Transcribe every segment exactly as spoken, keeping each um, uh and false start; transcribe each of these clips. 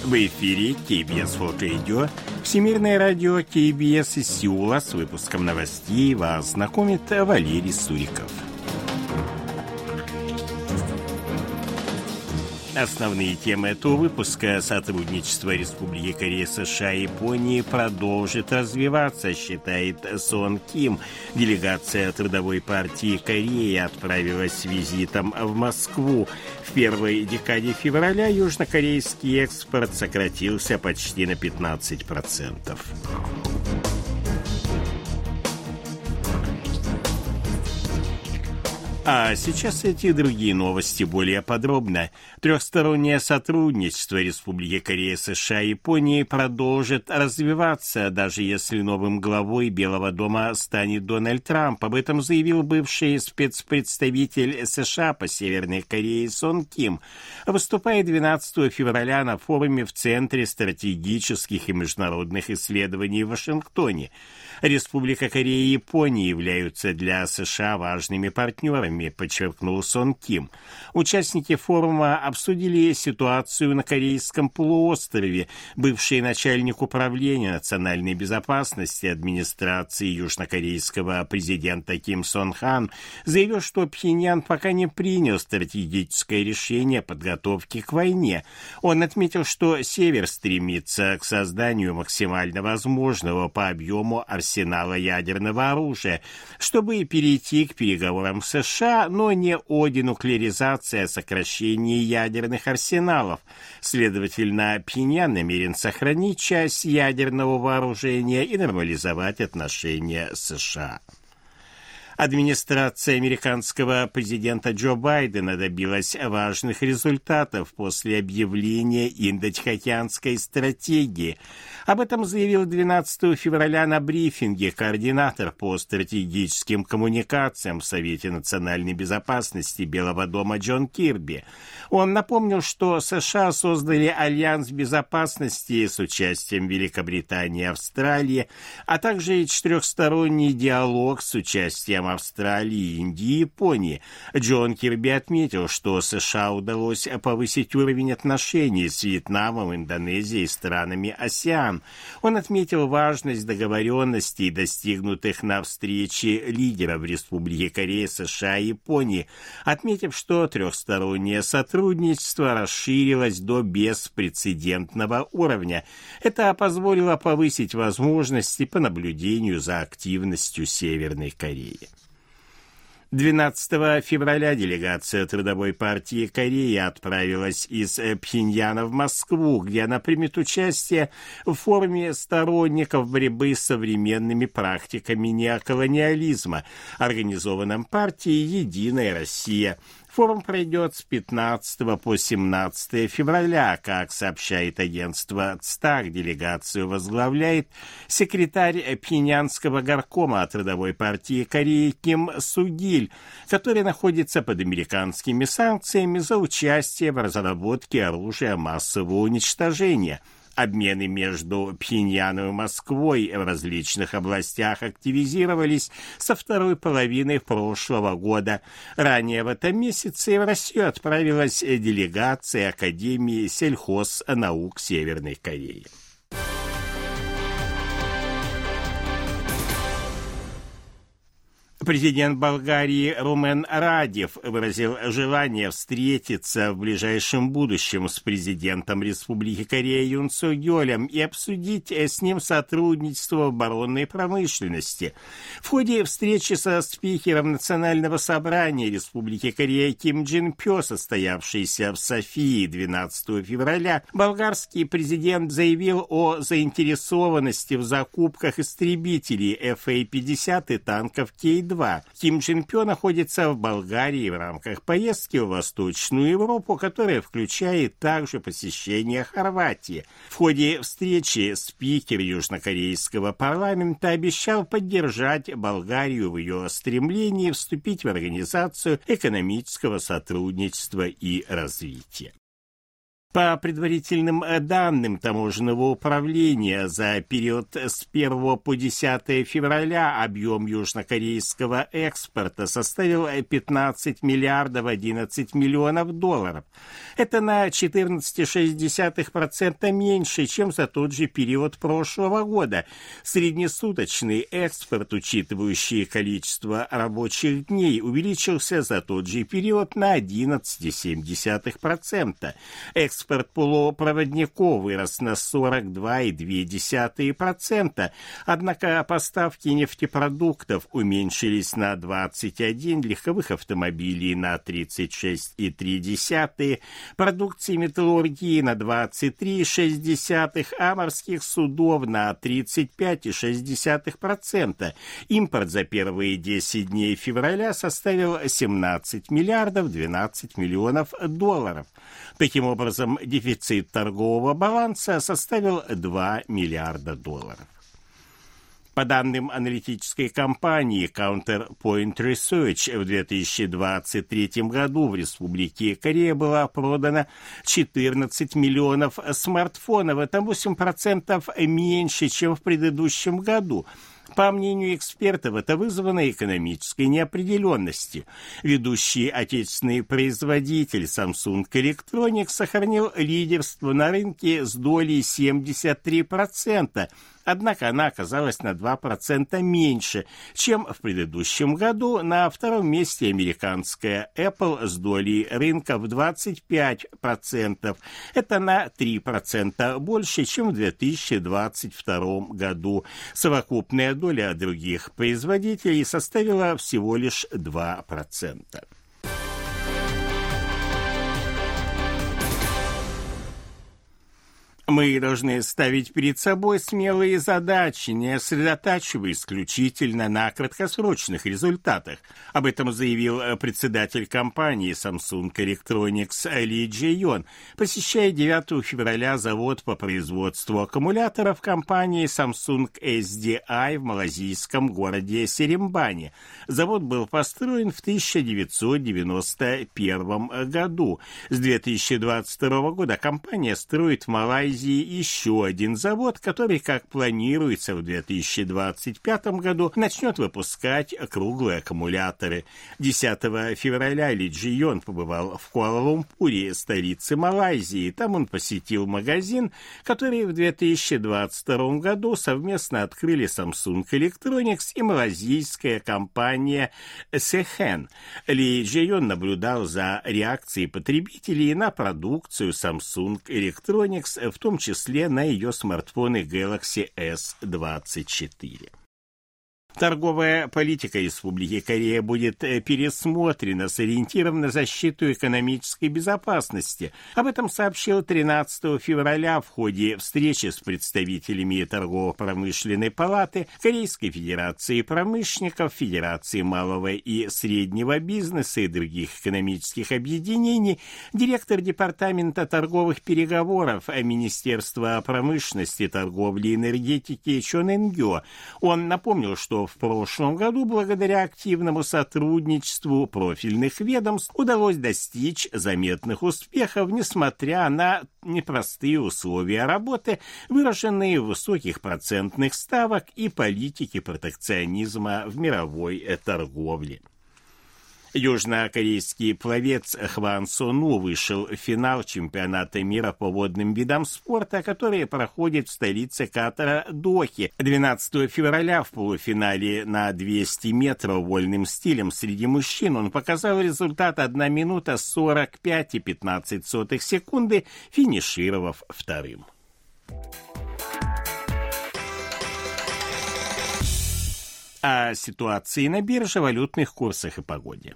В эфире кей би эс World Radio, Всемирное радио кей би эс из Сеула. С выпуском новостей вас знакомит Валерий Суриков. Основные темы этого выпуска: сотрудничество Республики Корея, США и Японии продолжит развиваться, считает Сон Ким. Делегация Трудовой партии Кореи отправилась с визитом в Москву. В первой декаде февраля южнокорейский экспорт сократился почти на пятнадцать процентов. А сейчас эти и другие новости более подробно. Трехстороннее сотрудничество Республики Корея, США и Японии продолжит развиваться, даже если новым главой Белого дома станет Дональд Трамп. Об этом заявил бывший спецпредставитель США по Северной Корее Сон Ким, выступая двенадцатого февраля на форуме в Центре стратегических и международных исследований в Вашингтоне. Республика Корея и Япония являются для США важными партнерами, подчеркнул Сон Ким. Участники форума обсудили ситуацию на Корейском полуострове. Бывший начальник управления национальной безопасности администрации южнокорейского президента Ким Сон Хан заявил, что Пхеньян пока не принял стратегическое решение подготовки к войне. Он отметил, что Север стремится к созданию максимально возможного по объему арсенала ядерного оружия, чтобы перейти к переговорам с США, но не о денуклеаризации, а сокращении ядерных арсеналов. Следовательно, Пхеньян намерен сохранить часть ядерного вооружения и нормализовать отношения с США. Администрация американского президента Джо Байдена добилась важных результатов после объявления Индо-Тихоокеанской стратегии. Об этом заявил двенадцатого февраля на брифинге координатор по стратегическим коммуникациям в Совете национальной безопасности Белого дома Джон Кирби. Он напомнил, что США создали альянс безопасности с участием Великобритании и Австралии, а также четырехсторонний диалог с участием Австралии, Индии и Японии. Джон Кирби отметил, что США удалось повысить уровень отношений с Вьетнамом, Индонезией и странами АСЕАН. Он отметил важность договоренностей, достигнутых на встрече лидеров Республики Корея, США и Японии, отметив, что трехстороннее сотрудничество расширилось до беспрецедентного уровня. Это позволило повысить возможности по наблюдению за активностью Северной Кореи. двенадцатого февраля делегация Трудовой партии Кореи отправилась из Пхеньяна в Москву, где она примет участие в форуме сторонников борьбы с современными практиками неоколониализма, организованном партией «Единая Россия». Форум пройдет с пятнадцатого по семнадцатое февраля. Как сообщает агентство ЦТАК, делегацию возглавляет секретарь Пхеньянского горкома Трудовой партии Кореи Ким Сугиль, который находится под американскими санкциями за участие в разработке оружия массового уничтожения. Обмены между Пхеньяном и Москвой в различных областях активизировались со второй половины прошлого года. Ранее в этом месяце в Россию отправилась делегация Академии сельхознаук Северной Кореи. Президент Болгарии Румен Радев выразил желание встретиться в ближайшем будущем с президентом Республики Корея Юн Су Гёлем и обсудить с ним сотрудничество в оборонной промышленности. В ходе встречи со спикером Национального собрания Республики Корея Ким Джин Пё, состоявшейся в Софии двенадцатого февраля, болгарский президент заявил о заинтересованности в закупках истребителей эф А пятьдесят и танков Кей два. Ким Джин Пё находится в Болгарии в рамках поездки в Восточную Европу, которая включает также посещение Хорватии. В ходе встречи спикер южнокорейского парламента обещал поддержать Болгарию в ее стремлении вступить в Организацию экономического сотрудничества и развития. По предварительным данным таможенного управления, за период с первого по десятое февраля объем южнокорейского экспорта составил пятнадцать миллиардов одиннадцать миллионов долларов. Это на четырнадцать целых шесть десятых процента меньше, чем за тот же период прошлого года. Среднесуточный экспорт, учитывающий количество рабочих дней, увеличился за тот же период на одиннадцать целых семь десятых процента. Экспорт полупроводников вырос на сорок два целых две десятых процента, однако поставки нефтепродуктов уменьшились на двадцать один, легковых автомобилей на тридцать шесть целых три десятых, продукции металлургии на двадцать три целых шесть десятых, а морских судов на тридцать пять целых шесть десятых процента. Импорт за первые десять дней февраля составил семнадцать миллиардов двенадцать миллионов долларов. Таким образом, дефицит торгового баланса составил два миллиарда долларов. По данным аналитической компании Counterpoint Research, в две тысячи двадцать третьем году в Республике Корея было продано четырнадцать миллионов смартфонов. Это восемь процентов меньше, чем в предыдущем году. По мнению экспертов, это вызвано экономической неопределенностью. Ведущий отечественный производитель Samsung Electronics сохранил лидерство на рынке с долей семьдесят три процента, однако она оказалась на два процента меньше, чем в предыдущем году. На втором месте американская Apple с долей рынка в двадцать пять процентов. Это на три процента больше, чем в две тысячи двадцать втором году. Совокупная доля других производителей составила всего лишь два процента. Мы должны ставить перед собой смелые задачи, не сосредотачиваясь исключительно на краткосрочных результатах. Об этом заявил председатель компании Samsung Electronics Ли Джей-йон, посещая девятого февраля завод по производству аккумуляторов компании Samsung эс ди ай в малайзийском городе Серембане. Завод был построен в тысяча девятьсот девяносто первом году. С две тысячи двадцать второго года компания строит в Малайзии еще один завод, который, как планируется, в две тысячи двадцать пятом году начнет выпускать круглые аккумуляторы. десятого февраля Ли Джей-йон побывал в Куала-Лумпуре, столице Малайзии. Там он посетил магазин, который в две тысячи двадцать втором году совместно открыли Samsung Electronics и малайзийская компания Sehen. Ли Джей-йон наблюдал за реакцией потребителей на продукцию Samsung Electronics, в том числе на ее смартфоны Galaxy эс двадцать четыре. Торговая политика Республики Корея будет пересмотрена с ориентиром на защиту экономической безопасности. Об этом сообщил тринадцатого февраля в ходе встречи с представителями Торгово-промышленной палаты, Корейской федерации промышленников, Федерации малого и среднего бизнеса и других экономических объединений, директор Департамента торговых переговоров Министерства промышленности, торговли и энергетики Чон Эн-гё. Он напомнил, что в прошлом году, благодаря активному сотрудничеству профильных ведомств, удалось достичь заметных успехов, несмотря на непростые условия работы, выраженные в высоких процентных ставок и политике протекционизма в мировой торговле. Южнокорейский пловец Хван Сону вышел в финал чемпионата мира по водным видам спорта, который проходит в столице Катара Дохе. двенадцатого февраля в полуфинале на двести метров вольным стилем среди мужчин он показал результат одна минута сорок пять и пятнадцать сотых секунды, финишировав вторым. О ситуации на бирже, валютных курсах и погоде.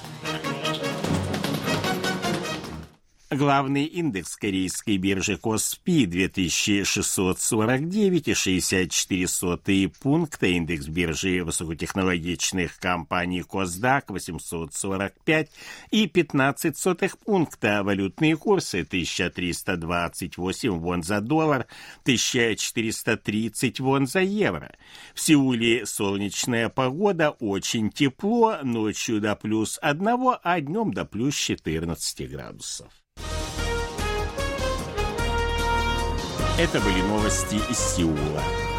Главный индекс корейской биржи Коспи две тысячи шестьсот сорок девять и шестьдесят четыре сотых пункта, индекс биржи высокотехнологичных компаний Косдак восемьсот сорок пять и пятнадцать сотых пункта, валютные курсы тысяча триста двадцать восемь вон за доллар, тысяча четыреста тридцать вон за евро. В Сеуле солнечная погода, очень тепло, ночью до плюс одного, а днем до плюс четырнадцати градусов. Это были новости из Сеула.